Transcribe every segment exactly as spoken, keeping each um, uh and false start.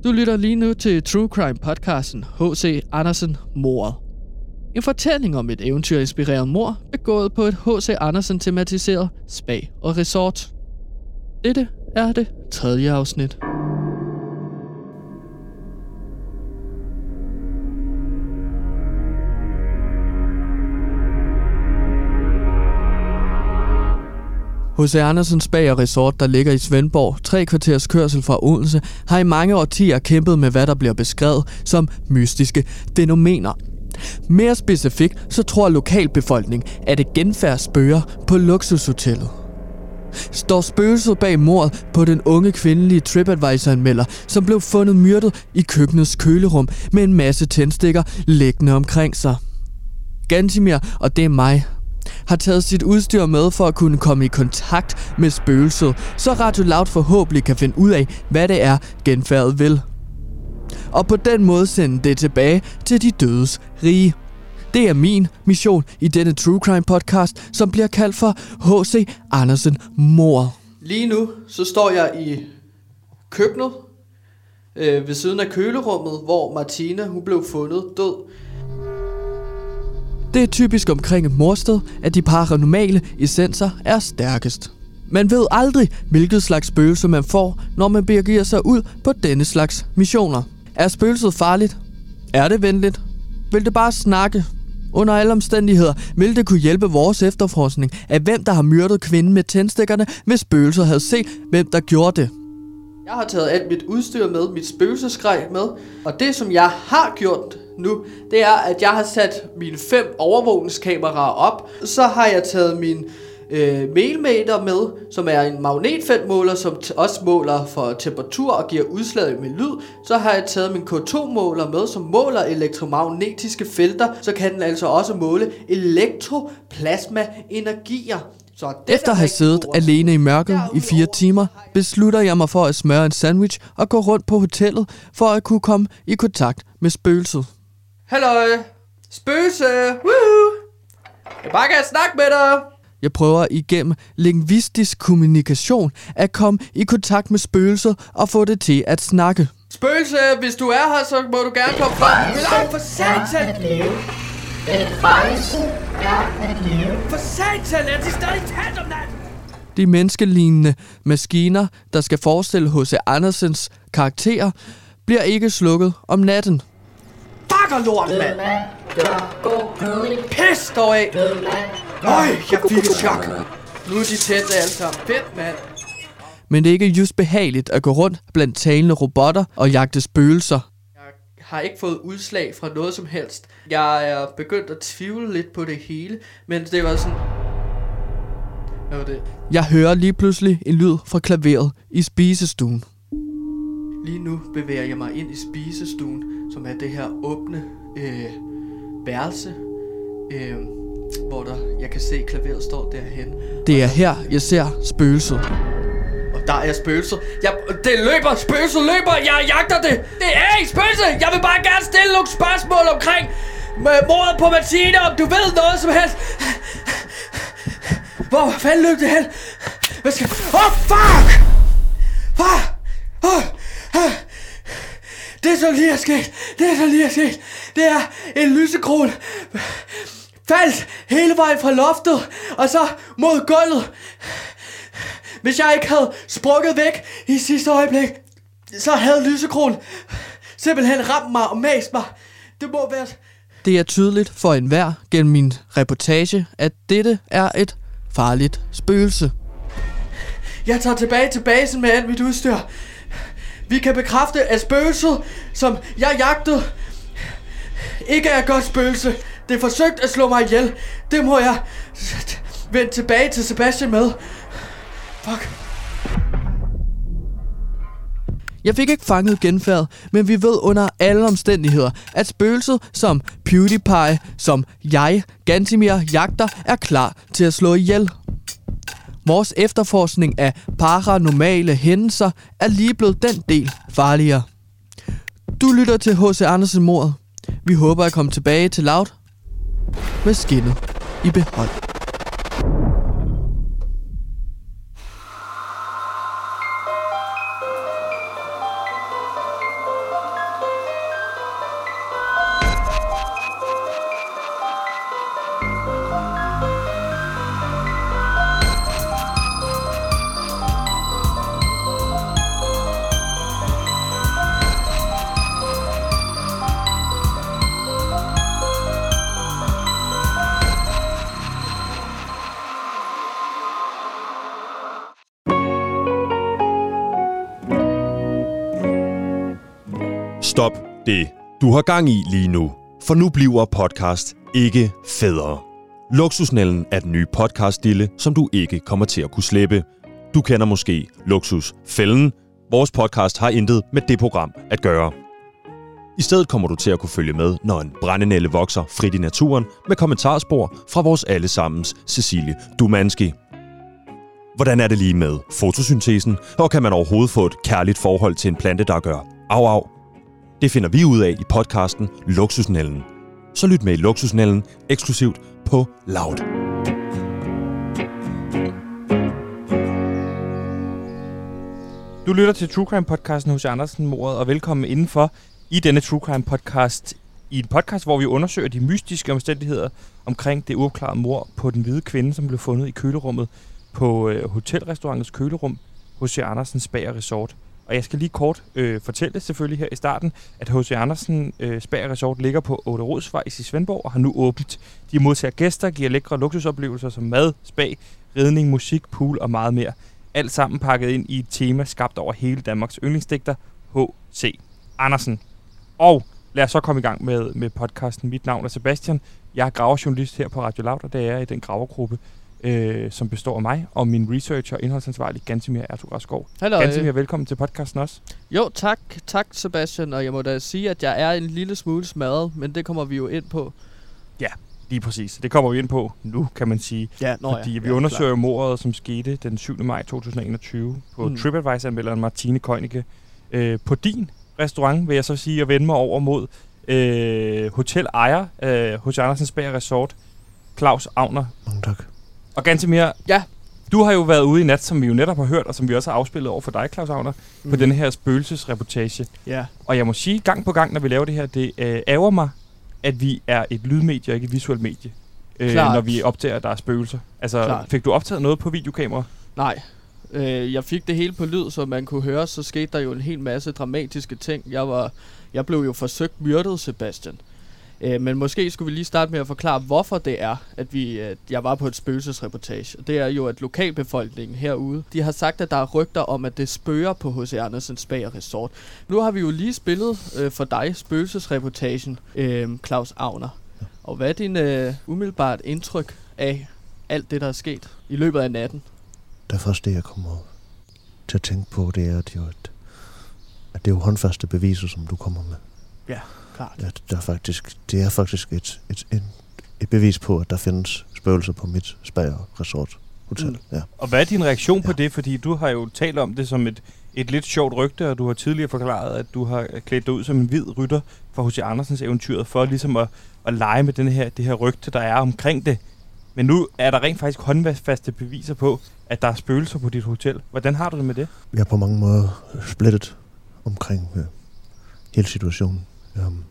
Du lytter lige nu til True Crime podcasten H C Andersen Mordet. En fortælling om et eventyrinspireret mord begået på et H C Andersen tematiseret spa og resort. Dette er det tredje afsnit. H C Andersen Spa og Resort, der ligger i Svendborg, tre kvarters kørsel fra Odense, har i mange årtier kæmpet med, hvad der bliver beskrevet som mystiske fænomener. Mere specifikt, så tror lokalbefolkningen, at det genfærd spøger på luksushotellet. Står spøgelset bag mordet på den unge kvindelige TripAdvisor-anmelder, som blev fundet myrdet i køkkenets kølerum med en masse tændstikker liggende omkring sig. Gantimir, og det er mig, har taget sit udstyr med for at kunne komme i kontakt med spøgelset, så Radio Loud forhåbentlig kan finde ud af, hvad det er, genfærdet vil. Og på den måde sende det tilbage til de dødes rige. Det er min mission i denne True Crime podcast, som bliver kaldt for H C Andersen Mordet. Lige nu så står jeg i køkkenet øh, ved siden af kølerummet, hvor Martina hun blev fundet død. Det er typisk omkring et mordsted, at de paranormale essenser er stærkest. Man ved aldrig, hvilket slags spøgelse man får, når man begiver sig ud på denne slags missioner. Er spøgelset farligt? Er det venligt? Vil det bare snakke? Under alle omstændigheder vil det kunne hjælpe vores efterforskning af, hvem der har myrdet kvinden med tændstikkerne, hvis spøgelset havde set, hvem der gjorde det. Jeg har taget alt mit udstyr med, mit spøgelsesgrej med, og det som jeg har gjort nu, det er, at jeg har sat mine fem overvågningskameraer op. Så har jeg taget min øh, mailmeter med, som er en magnetfeltmåler, som t- også måler for temperatur og giver udslag med lyd. Så har jeg taget min K to måler med, som måler elektromagnetiske felter. Så kan den altså også måle elektroplasma-energier. Så efter at have siddet alene i mørket i fire timer, beslutter jeg mig for at smøre en sandwich og gå rundt på hotellet for at kunne komme i kontakt med spøgelset. Halløj! Spøgelse! Woohoo! Jeg bare kan snakke med dig! Jeg prøver igennem lingvistisk kommunikation at komme i kontakt med spøgelset og få det til at snakke. Spøgelse, hvis du er her, så må du gerne komme frem. Langt for satan! Den farligste er at leve. For satan, er de stadig tæt om natten? De menneskelignende maskiner, der skal forestille H C Andersens karakterer, bliver ikke slukket om natten. Fucker lort, mand! Pis dog af! Øj, jeg fik et chok. Nu er de tæt alle sammen. Fedt, mand. Men det er ikke just behageligt at gå rundt blandt talende robotter og jagte spøgelser. Har ikke fået udslag fra noget som helst. Jeg er begyndt at tvivle lidt på det hele, men det var sådan... Hvad var det? Jeg hører lige pludselig en lyd fra klaveret i spisestuen. Lige nu bevæger jeg mig ind i spisestuen, som er det her åbne øh, værelse, øh, hvor der, jeg kan se, klaveret står derhen. Det er her, jeg ser spøgelset. Og der er spøgelset. Jeg, det løber! Spøgelset løber! Jeg jagter det! Det er ikke spøgelset! Jeg vil bare gerne stille nogle spørgsmål omkring mordet på Martina, om du ved noget som helst. Hvor fanden løb det hen? Hvad skal... Åh, oh, fuck! Fuck! Oh, oh. Det som lige er sket, det som lige er sket, det er en lysekron faldt hele vejen fra loftet, og så mod gulvet. Hvis jeg ikke havde sprukket væk i sidste øjeblik, så havde lysekron simpelthen ramt mig og mast mig. Det må være... Det er tydeligt for enhver gennem min reportage, at dette er et farligt spøgelse. Jeg tager tilbage til basen med alt mit udstyr. Vi kan bekræfte, at spøgelset, som jeg jagtede, ikke er et godt spøgelse. Det forsøgte at slå mig ihjel. Det må jeg vende tilbage til Sebastian med. Fuck. Jeg fik ikke fanget genfærdet, men vi ved under alle omstændigheder, at spøgelset, som PewDiePie, som jeg, Gantimir, jagter, er klar til at slå ihjel. Vores efterforskning af paranormale hændelser er lige blevet den del farligere. Du lytter til H C Andersen Mordet. Vi håber at komme tilbage til Loud med skinnet i behold. Stop det, du har gang i lige nu. For nu bliver podcast ikke federe. Luksusnælden er den nye podcastdille, som du ikke kommer til at kunne slippe. Du kender måske Luksusfælden. Vores podcast har intet med det program at gøre. I stedet kommer du til at kunne følge med, når en brændenælde vokser frit i naturen med kommentarspor fra vores allesammens Cecilie Dumanski. Hvordan er det lige med fotosyntesen, og kan man overhovedet få et kærligt forhold til en plante, der gør au au? Det finder vi ud af i podcasten Luksusnælden. Så lyt med i Luksusnælden eksklusivt på Loud. Du lytter til True Crime podcasten H C Andersen mordet, og velkommen indenfor i denne True Crime podcast. I en podcast, hvor vi undersøger de mystiske omstændigheder omkring det uopklarede mord på den hvide kvinde, som blev fundet i kølerummet på øh, hotelrestaurantets kølerum H C Andersen Spa og Resort. Og jeg skal lige kort øh, fortælle selvfølgelig her i starten, at H C Andersen øh, Spa og Resort ligger på Otte Rodsvej i Svendborg og har nu åbent. De modtager gæster, giver lækre luksusoplevelser som mad, spa, ridning, musik, pool og meget mere. Alt sammen pakket ind i et tema skabt over hele Danmarks yndlingsdigter, H C Andersen. Og lad os så komme i gang med, med podcasten. Mit navn er Sebastian. Jeg er graverjournalist her på Radio Loud, og det er i den gravergruppe, øh, som består af mig og min researcher og indholdsansvarlig Gantemir Ertugrasgaard. Hallo. Gantemir, velkommen til podcasten også. Jo, tak. Tak, Sebastian. Og jeg må da sige, at jeg er en lille smule smadret, men det kommer vi jo ind på. Ja, lige præcis. Det kommer vi ind på nu, kan man sige. Ja, nå Fordi ja, vi ja, undersøger klar. mordet, som skete den syvende maj to tusind og enogtyve på Mm. TripAdvisor-anmelderen Martine Køjnicke. Øh, på din restaurant, vil jeg så sige, at vende mig over mod øh, hotelejer, øh, H C Andersen Spa og Resort, Claus Agner. Mange tak. Og Gantemir, Ja. du har jo været ude i nat, som vi jo netop har hørt, og som vi også har afspillet over for dig, Claus Agner, mm. på Mm. denne her spøgelsesreportage. Ja. Og jeg må sige, gang på gang, når vi laver det her, det øh, ærger mig, at vi er et lydmedie og ikke et visuelt medie, øh, Klart. når vi optager, at der er spøgelser. Altså, Klart. fik du optaget noget på videokamera? Nej. Øh, jeg fik det hele på lyd, så man kunne høre, så skete der jo en hel masse dramatiske ting. Jeg var, jeg blev jo forsøgt myrdet, Sebastian. Øh, men måske skulle vi lige starte med at forklare, hvorfor det er, at vi, at jeg var på et spøgelsesreportage. Det er jo, at lokalbefolkningen herude, de har sagt, at der er rygter om, at det spøger på H C Andersen Spa og Resort. Nu har vi jo lige spillet øh, for dig spøgelsesreportagen, øh, Claus Agner. Og hvad er din øh, umiddelbart indtryk af alt det, der er sket i løbet af natten? Det første, jeg kommer til at tænke på, det er, at det er jo, et, at det er jo håndfaste beviser, som du kommer med. Ja, klart. At der faktisk, det er faktisk et, et, et, et bevis på, at der findes spøgelser på mit Spa og Resort Hotel. Mm. Ja. Og hvad er din reaktion ja. på Ja. det? Fordi du har jo talt om det som et, et lidt sjovt rygte, og du har tidligere forklaret, at du har klædt dig ud som en hvid rytter for H C Andersens eventyr, for ligesom at, at lege med den her, det her rygte, der er omkring det. Men nu er der rent faktisk håndfaste beviser på, at der er spøgelser på dit hotel. Hvordan har du det med det? Jeg er på mange måder splittet omkring øh, hele situationen. Um,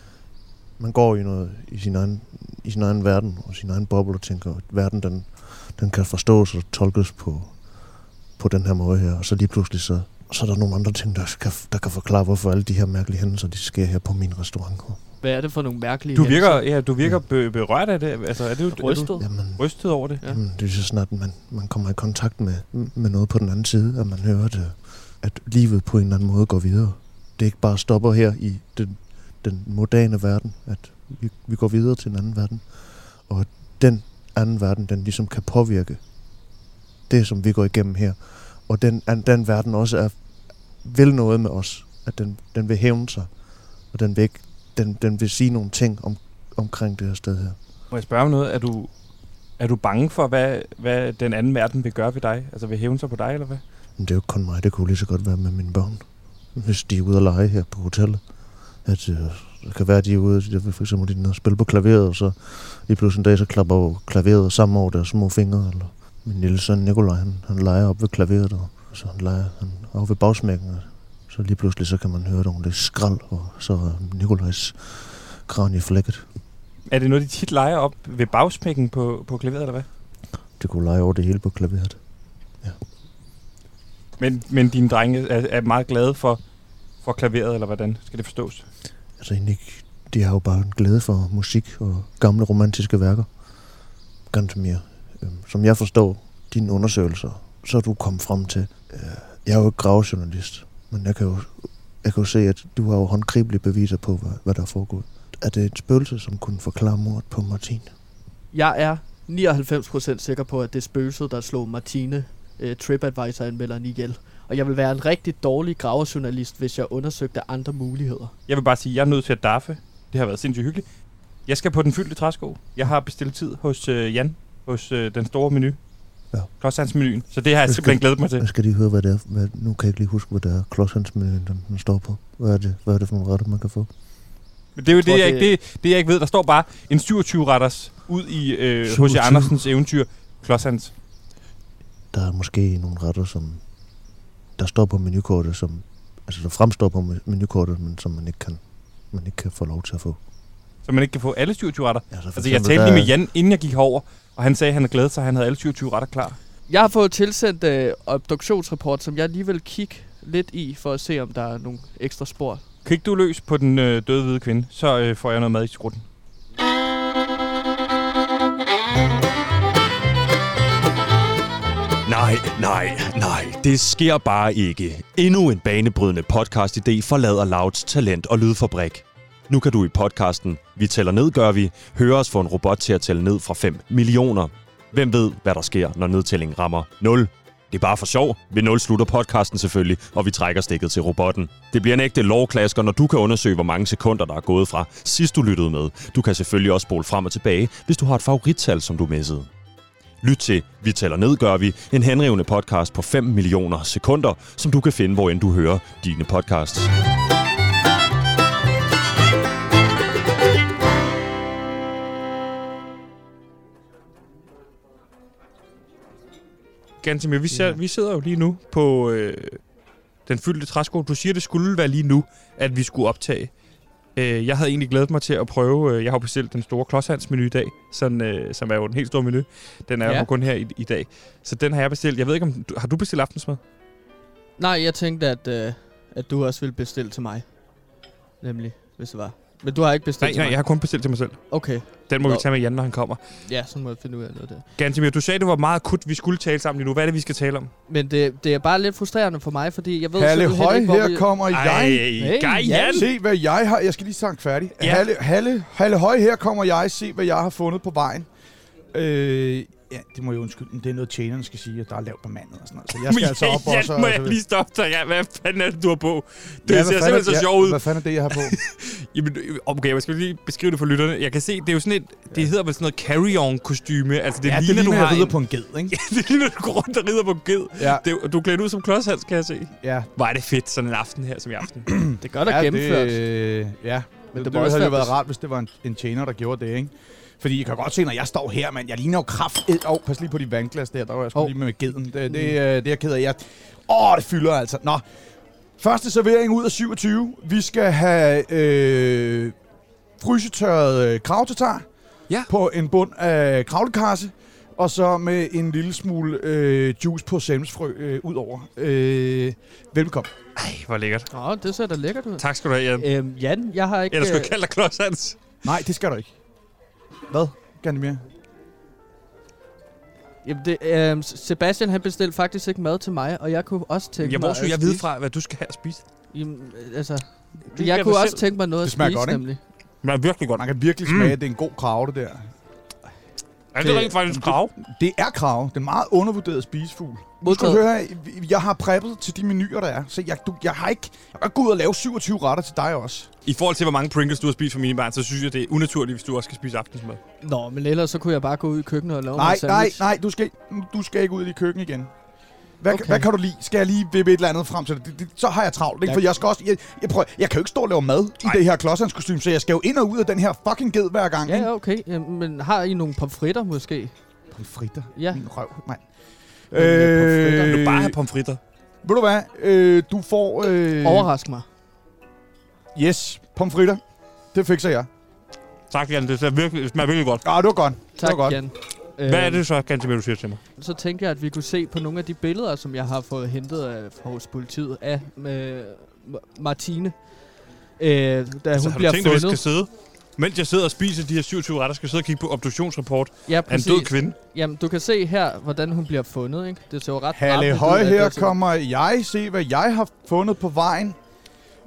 man går i, noget, i, sin egen, i sin egen verden og sin egen boble og tænker, at verden den, den kan forstås og tolkes på, på den her måde her. Og så lige pludselig så, så er der nogle andre ting, der kan, der kan forklare, hvorfor alle de her mærkelige hændelser, de sker her på min restaurant. Hvad er det for nogle mærkelige Du virker, hændelser? ja, du virker be- berørt af det. Altså, er det er Rystet? du Jamen, rystet over det? Ja. Jamen, det er så snart, man, man kommer i kontakt med, med noget på den anden side, at man hører, at, at livet på en eller anden måde går videre. Det ikke bare stopper her i den, den moderne verden, at vi, vi går videre til en anden verden, og at den anden verden, den ligesom kan påvirke det, som vi går igennem her. Og den, den verden også er, vil noget med os, at den, den vil hævne sig, og den vil, ikke, den, den vil sige nogle ting om, omkring det her sted her. Må jeg spørge om noget? Er du, er du bange for, hvad, hvad den anden verden vil gøre ved dig? Altså vil hævne sig på dig, eller hvad? Men det er jo ikke kun mig, det kunne lige så godt være med mine børn. Hvis de er ude at lege her på hotellet. At, øh, det kan være, at de er ude, for eksempel de er nede og spille på klaveret, og så lige pludselig en dag, så klapper jo klaveret sammen over deres små fingre. Eller min lille søn Nikolaj, han, han leger op ved klaveret, og så han leger han over ved bagsmækken. Så lige pludselig, så kan man høre nogle lidt skrald, og så er Nikolajs kranie flækket. Er det noget, de tit leger op ved bagsmækken på, på klaveret, eller hvad? Det kunne lege over det hele på klaveret. Ja. Men, men dine drenge er, er meget glade for, for klaveret, eller hvordan skal det forstås? Altså egentlig ikke. De har jo bare en glæde for musik og gamle romantiske værker. Gantemir, øh, som jeg forstår dine undersøgelser, så er du kommet frem til. Øh, jeg er jo ikke gravejournalist, men jeg kan jo jeg kan jo se, at du har jo håndgribelige beviser på, hvad, hvad der er foregået. Er det et spøgelse, som kunne forklare mordet på Martine? Jeg er nioghalvfems procent sikker på, at det er spøgelset, der slog Martine, øh, TripAdvisor-anmelderen, ihjel. Og jeg vil være en rigtig dårlig graverjournalist, hvis jeg undersøgte andre muligheder. Jeg vil bare sige, at jeg er nødt til at daffe. Det har været sindssygt hyggeligt. Jeg skal på den fyldte træsko. Jeg har bestilt tid hos øh, Jan, hos øh, den store menu. Ja. Klodshands-menuen. Så det har jeg simpelthen glædet mig til. Jeg skal lige høre, hvad det er. Hvad, nu kan jeg ikke lige huske, hvad det er. Klodshands-menuen, den, den står på. Hvad er det, hvad er det for nogle retter, man kan få? Men det er jo tror, det, jeg, det... ikke, det, det, jeg ikke ved. Der står bare en syvogtyve-retters ud i øh, H C Andersens eventyr. Klodshands. Der er måske nogle retter, som der står på menukortet, som altså der fremstår på menukortet, men som man ikke kan, man ikke kan få lov til at få. Så man ikke kan få alle syvogtyve retter? Ja, altså, altså jeg talte lige med Jan, inden jeg gik herover, og han sagde, at han havde glædet sig, at han havde alle syvogtyve retter klar. Jeg har fået tilsendt øh, obduktionsrapport, som jeg lige vil kigge lidt i, for at se, om der er nogle ekstra spor. Kig du løs på den øh, døde hvide kvinde, så øh, får jeg noget mad i skrutten. Nej, nej, nej. Det sker bare ikke. Endnu en banebrydende podcast-idé forlader Louds talent- og lydfabrik. Nu kan du i podcasten Vi tæller ned, gør vi, høre os få en robot til at tælle ned fra fem millioner. Hvem ved, hvad der sker, når nedtællingen rammer nul? Det er bare for sjov. Ved nul slutter podcasten selvfølgelig, og vi trækker stikket til robotten. Det bliver en ægte lovklasker, når du kan undersøge, hvor mange sekunder, der er gået fra sidst du lyttede med. Du kan selvfølgelig også spole frem og tilbage, hvis du har et favorittal, som du missede. Lyt til Vi tæller ned, gør vi, en henrivende podcast på fem millioner sekunder, som du kan finde, hvor end du hører dine podcasts. Gantemir, vi, ser, vi sidder jo lige nu på øh, den fyldte træsko. Du siger, det skulle være lige nu, at vi skulle optage. Øh, jeg havde egentlig glædet mig til at prøve. Øh, jeg har bestilt den store Klodshands-menu i dag, sådan, øh, som er jo en helt stor menu. Den er ja. jo kun her i, i dag. Så den har jeg bestilt. Jeg ved ikke, om du, har du bestilt aftensmad? Nej, jeg tænkte, at, øh, at du også ville bestille til mig. Nemlig, hvis det var. Men du har ikke bestilt nej, til nej, mig? jeg har kun bestilt til mig selv. Okay. Den må Nå. vi tage med Jan, når han kommer. Ja, så må jeg finde ud af noget der. Gantemir, du sagde, det var meget akut, vi skulle tale sammen lige nu. Hvad er det, vi skal tale om? Men det, det er bare lidt frustrerende for mig, fordi jeg ved Halle simpelthen høj, ikke, hvor her vi... kommer jeg. Ej, Ej Jan! Se, hvad jeg har... Jeg skal lige snakke færdig. Ja. Halle, Halle, Halle høj, her kommer jeg. Se, hvad jeg har fundet på vejen. Øh... Ja, det må jeg undskylde, men det er noget, tjenerne skal sige, at der er lavt bemandet og sådan noget. Så jeg skal altså op Jan, også... må og jeg så lige stoppe dig? Ja, hvad fanden er det, du har på? Det ja, ser simpelthen så ja, sjovt ud. Hvad fanden er det, jeg har på? Jamen, okay, jeg skal lige beskrive det for lytterne. Jeg kan se, det er jo sådan et... Det hedder vel sådan noget carry-on-kostyme. Altså, det ja, ligner, det ligner, du har jeg rider en... på en ged, ikke? Ja, det ligner, du går rundt og rider på en ged. Ja. Det, du er klædt ud som Klodshands, kan jeg se. Ja. Hvor er det fedt, sådan en aften her som i aften. Det er godt at ja, gennemført. Det, ja, men det, det, det det havde jo være været rart, hvis det var en, en tjener, der gjorde det, ikke? Fordi I kan godt se, når jeg står her, mand, jeg ligner jo kraft... Åh, oh, pas lige på de vandglas der, der var jeg sgu oh. lige med geden. Det, det, det, det er jeg ked af. Jeg... Åh, oh, det fylder altså. Nå, første servering ud af syvogtyve. Vi skal have øh, frysetørret øh, kravtatar ja. på en bund af kravlekasse. Og så med en lille smule øh, juice på semsfrø øh, ud over. Øh, velkommen. Ej, hvor lækkert. Åh, det ser da lækkert ud. Tak skal du have, Jan. Øhm, Jan, jeg har ikke... Ellers skulle jeg kalde dig Klodshands. Nej, det skal du ikke. Hvad? Gantemir? Jamen, det, øh, Sebastian, han bestilte faktisk ikke mad til mig, og jeg kunne også tænke ja, mig... hvor skulle jeg vide fra, hvad du skal have at spise? Jamen, altså... Du jeg kunne også selv. tænke mig noget det at smager spise, godt, ikke? nemlig. Det er virkelig godt. Man kan virkelig smage, mm. at det er en god krav, det der. Er det, det rent faktisk krav? Det, det er krav. Det er en meget undervurderet spisefugl. Du skal høre, jeg har preppet til de menuer, der er. Så jeg, du, jeg har ikke... Jeg kan gå ud og lave syvogtyve retter til dig også. I forhold til, hvor mange Pringles du har spist for mine barn, så synes jeg, det er unaturligt, hvis du også skal spise aftensmad. Nå, men ellers så kunne jeg bare gå ud i køkkenet og lave nej, en sandwich. Nej, nej, du skal, du skal ikke ud i køkken igen. Hvad, okay. hvad kan du lide? Skal jeg lige vippe et eller andet frem til dig? Det, det, så har jeg travlt, ikke? For jeg skal også... Jeg, jeg, prøver, jeg kan jo ikke stå og lave mad nej. i det her Klodshands-kostyme, så jeg skal jo ind og ud af den her fucking ged hver gang. Ja, ikke? okay. Jamen, men har I nogle pomfritter måske? Pomfritter? Ja. Min røv, mand. Øh, du bare have pomfritter. Ved du hvad? Øh, du får... Øh, Overrask mig. Yes, pomfritter. Det fikser jeg. Tak, Jan. Det smager virkelig, det smager virkelig godt. Ja, det var godt. Tak, det var godt. Jan. Hvad er det så, Gantemir, du siger til mig? Så tænker jeg, at vi kunne se på nogle af de billeder, som jeg har fået hentet af, hos politiet af med Martine. Øh, da altså, hun bliver tænkt, fundet. At vi skal sidde, mens jeg sidder og spiser de her syvogtyve retter, skal jeg sidde og kigge på obduktionsrapport ja, af en død kvinde. Jamen, du kan se her, hvordan hun bliver fundet, ikke? Det ser jo ret Halle høj, her kommer jeg. Se, hvad jeg har fundet på vejen.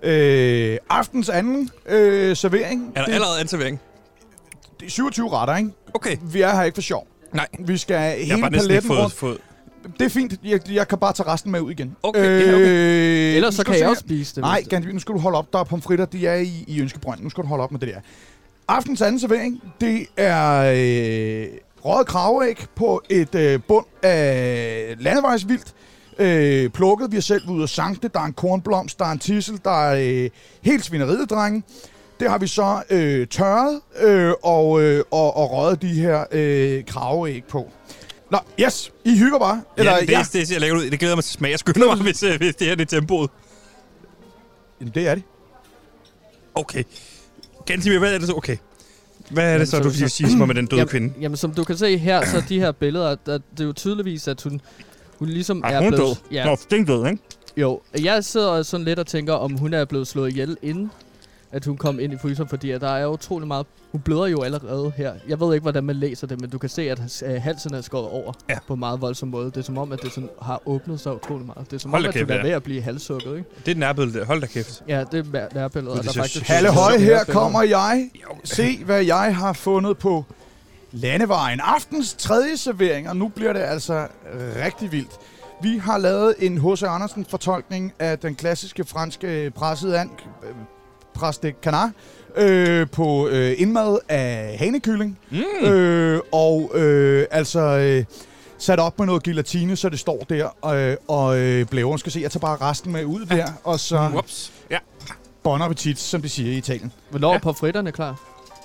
Øh, aftens anden øh, servering. Er der det, allerede anden servering? Det er syvogtyve retter, ikke? Okay. Vi er her ikke for sjov. Nej. Vi skal Jeg har hele bare næsten ikke paletten fået, rundt. fået... Det er fint. Jeg, jeg kan bare tage resten med ud igen. Okay, ja, okay. Øh, Ellers nu så skal kan du jeg se også her. spise det. Nej, hvis det- Ganske, nu skal du holde op. Der er pomfritter, de er i, i Ønskebrønd. Nu skal du holde op med det der. Aftens anden servering, det er øh, røget kraveæg på et øh, bund af landevejsvildt. Øh, plukket, vi har selv været ude og sanke det. Der er en kornblomst, der er en tissel, der er øh, helt svineriet, drenge. Det har vi så øh, tørret øh, og, øh, og, og røget de her øh, kraveæg på. Nå, yes, I hygger bare. Eller, ja, det, det, det ser lækkert ud. Det glæder mig til smag. Jeg skynder mig, hvis, øh, hvis det her det er tempoet. Jamen, det er det. Okay. Gansimir, hvad er det så? Okay. Hvad er det så, du siger, siger mig med den døde jamen, kvinde? Jamen, som du kan se her, så de her billeder, der, det er jo tydeligvis, at hun, hun ligesom Ej, er hun er blevet... død. Nå, den død, ikke? Jo, jeg sidder sådan lidt og tænker, om hun er blevet slået ihjel inden, at hun kom ind i fryseren, fordi at der er utrolig meget... Hun bløder jo allerede her. Jeg ved ikke, hvordan man læser det, men du kan se, at øh, halsen er skåret over Ja. på en meget voldsom måde. Det er som om, at det sådan har åbnet sig utrolig meget. Det er som Hold om, da at kæft, hun er ja. ved at blive halshugget, ikke? Det er nærbillede. Hold da kæft. Ja, det er nærbilledet. Det Der ser faktisk sygt. Halle Høje, flere her billeder. kommer jeg. Se, hvad jeg har fundet på landevejen. Aftens tredje servering, og nu bliver det altså rigtig vildt. Vi har lavet en H C Andersen fortolkning af den klassiske franske pressede and, præste canard, øh, på øh, indmad af hanekylling. Mm. Øh, og øh, altså øh, sat op med noget gelatine, så det står der. Øh, og øh, blæveren skal se, jeg tager bare resten med ud der, og så Ups. Ja. bon appetit, som de siger i Italien. Hvornår Ja. er pomfritterne klar?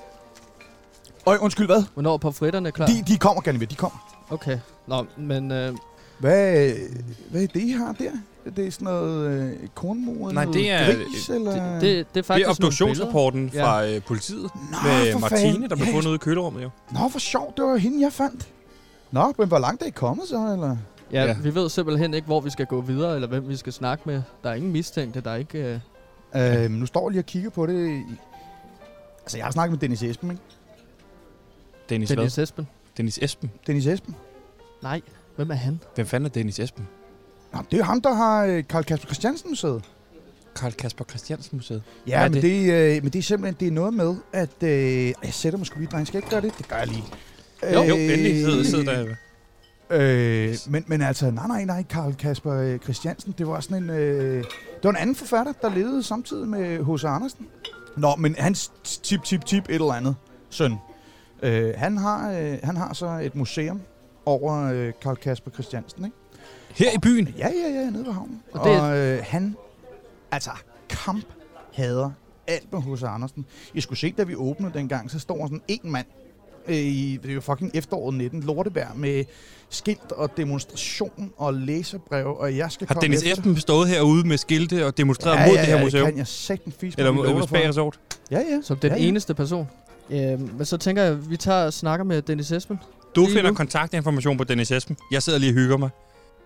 Øj, undskyld, hvad? Hvornår er pomfritterne klar? De, de kommer, Ganimir, de kommer. Okay. Nå, men... Øh, Hvad, hvad er det, I har der? Det er sådan noget øh, kornmor, Nej, noget det er- gris, eller? det, det, det er Det faktisk er obduktionsrapporten Ja. fra øh, politiet Nå, med for Martine, fanden. der blev Ja, fundet ude i kølerummet, jo. Nå, hvor sjovt, det var hende, jeg fandt. Nå, men hvor langt er I kommet så, eller? Ja, Ja. vi ved simpelthen ikke, hvor vi skal gå videre, eller hvem vi skal snakke med. Der er ingen mistænkte, der er ikke... Øh... Øh, nu står jeg lige og kigger på det. i- Altså, jeg har snakket med Dennis Esben, ikke? Dennis, Dennis hvad? Esben. Dennis Esben. Dennis Esben. Nej, hvem er han? Hvem fanden er Dennis Esben? Nå, det er jo ham, der har øh, Carl Kasper Christiansen Museet. Karl Kasper Christiansen Museet. Ja, Hvad er men det? det, øh, men det er simpelthen det er noget med, at... Øh, jeg sætter mig sgu lige, dreng. Skal jeg ikke gøre det? Det gør jeg lige. Jo, jo, endelig sidder, sidder der. Øh, men, men altså, nej, nej, nej, Carl Kasper øh, Christiansen, det var sådan en... Øh, det var en anden forfatter, der levede samtidig med H C Andersen. Nå, men hans tip, tip, tip, et eller andet søn. Øh, han, har, øh, han har så et museum over øh, Carl Kasper Christiansen, ikke? Her i byen? Ja, ja, ja, nede ved havnen. Og Og, det er- og øh, han, altså, kamp hader alt med H C Andersen. I skulle se, da vi åbnede dengang, så står sådan en mand øh, i, det er jo fucking efteråret nitten, Lortebær, med skilt og demonstration og læserbrev, og jeg skal Har komme Dennis efter. Esben stået herude med skilte og demonstreret ja, mod ja, det her ja, museum? det kan jeg sagtens fise Eller mig, vi lover mod dig for. Spagersort? Ja, ja. Som den ja, ja. eneste person. Øh, men så tænker jeg, at vi tager og snakker med Dennis Esben. Du Lige finder nu. kontaktinformation på Dennis Esben. Jeg sidder lige og hygger mig.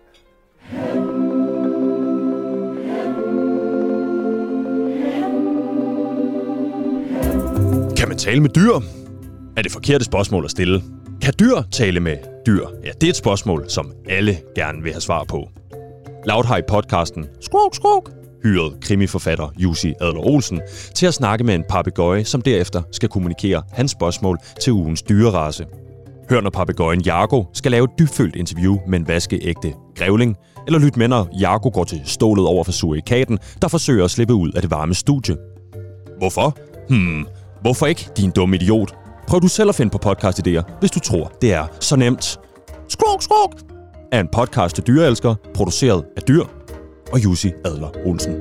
Kan man tale med dyr? Er det forkerte spørgsmål at stille. Kan dyr tale med dyr? Ja, det er et spørgsmål, som alle gerne vil have svar på. Loud har i podcasten Skruk, Skruk hyret krimiforfatter Jussi Adler Olsen til at snakke med en papegøje, som derefter skal kommunikere hans spørgsmål til ugens dyrerace. Hør, når papegøjen Jargo skal lave et dybfølt interview med en vaskeægte grævling, eller lyt med, når Jargo går til stålet over for surikaten, der forsøger at slippe ud af det varme studie. Hvorfor? Hmm, hvorfor ikke, din dumme idiot? Prøv du selv at finde på podcast-idéer, hvis du tror, det er så nemt. Skruk, skruk! Er en podcast til dyreelskere, produceret af dyr og Jussi Adler Olsen.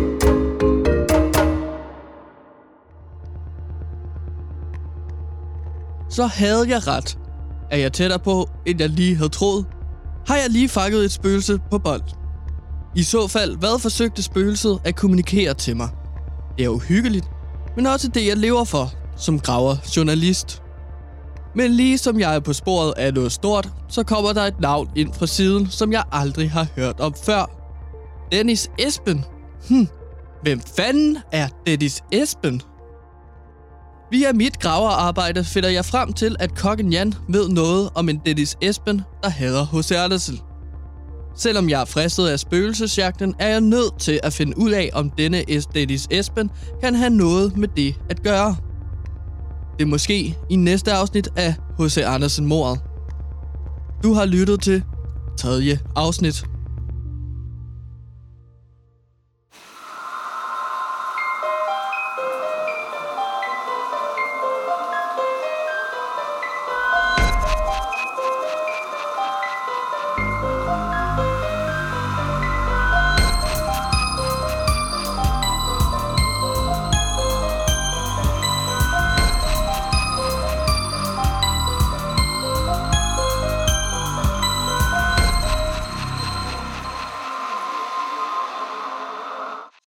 Så havde jeg ret. Er jeg tættere på, end jeg lige havde troet? Har jeg lige fanget et spøgelse på bold? I så fald, hvad forsøgte spøgelset at kommunikere til mig? Det er uhyggeligt, men også det, jeg lever for, som graver journalist. Men lige som jeg er på sporet af noget stort, så kommer der et navn ind fra siden, som jeg aldrig har hørt om før. Dennis Esben. Hm, hvem fanden er Dennis Esben? Via mit graverarbejde finder jeg frem til, at kokken Jan ved noget om en Dennis Esben, der hader H C Andersen. Selvom jeg er fristet af spøgelsesjagten, er jeg nødt til at finde ud af, om denne Dennis Esben kan have noget med det at gøre. Det er måske i næste afsnit af H C. Andersen-mordet. Du har lyttet til tredje afsnit.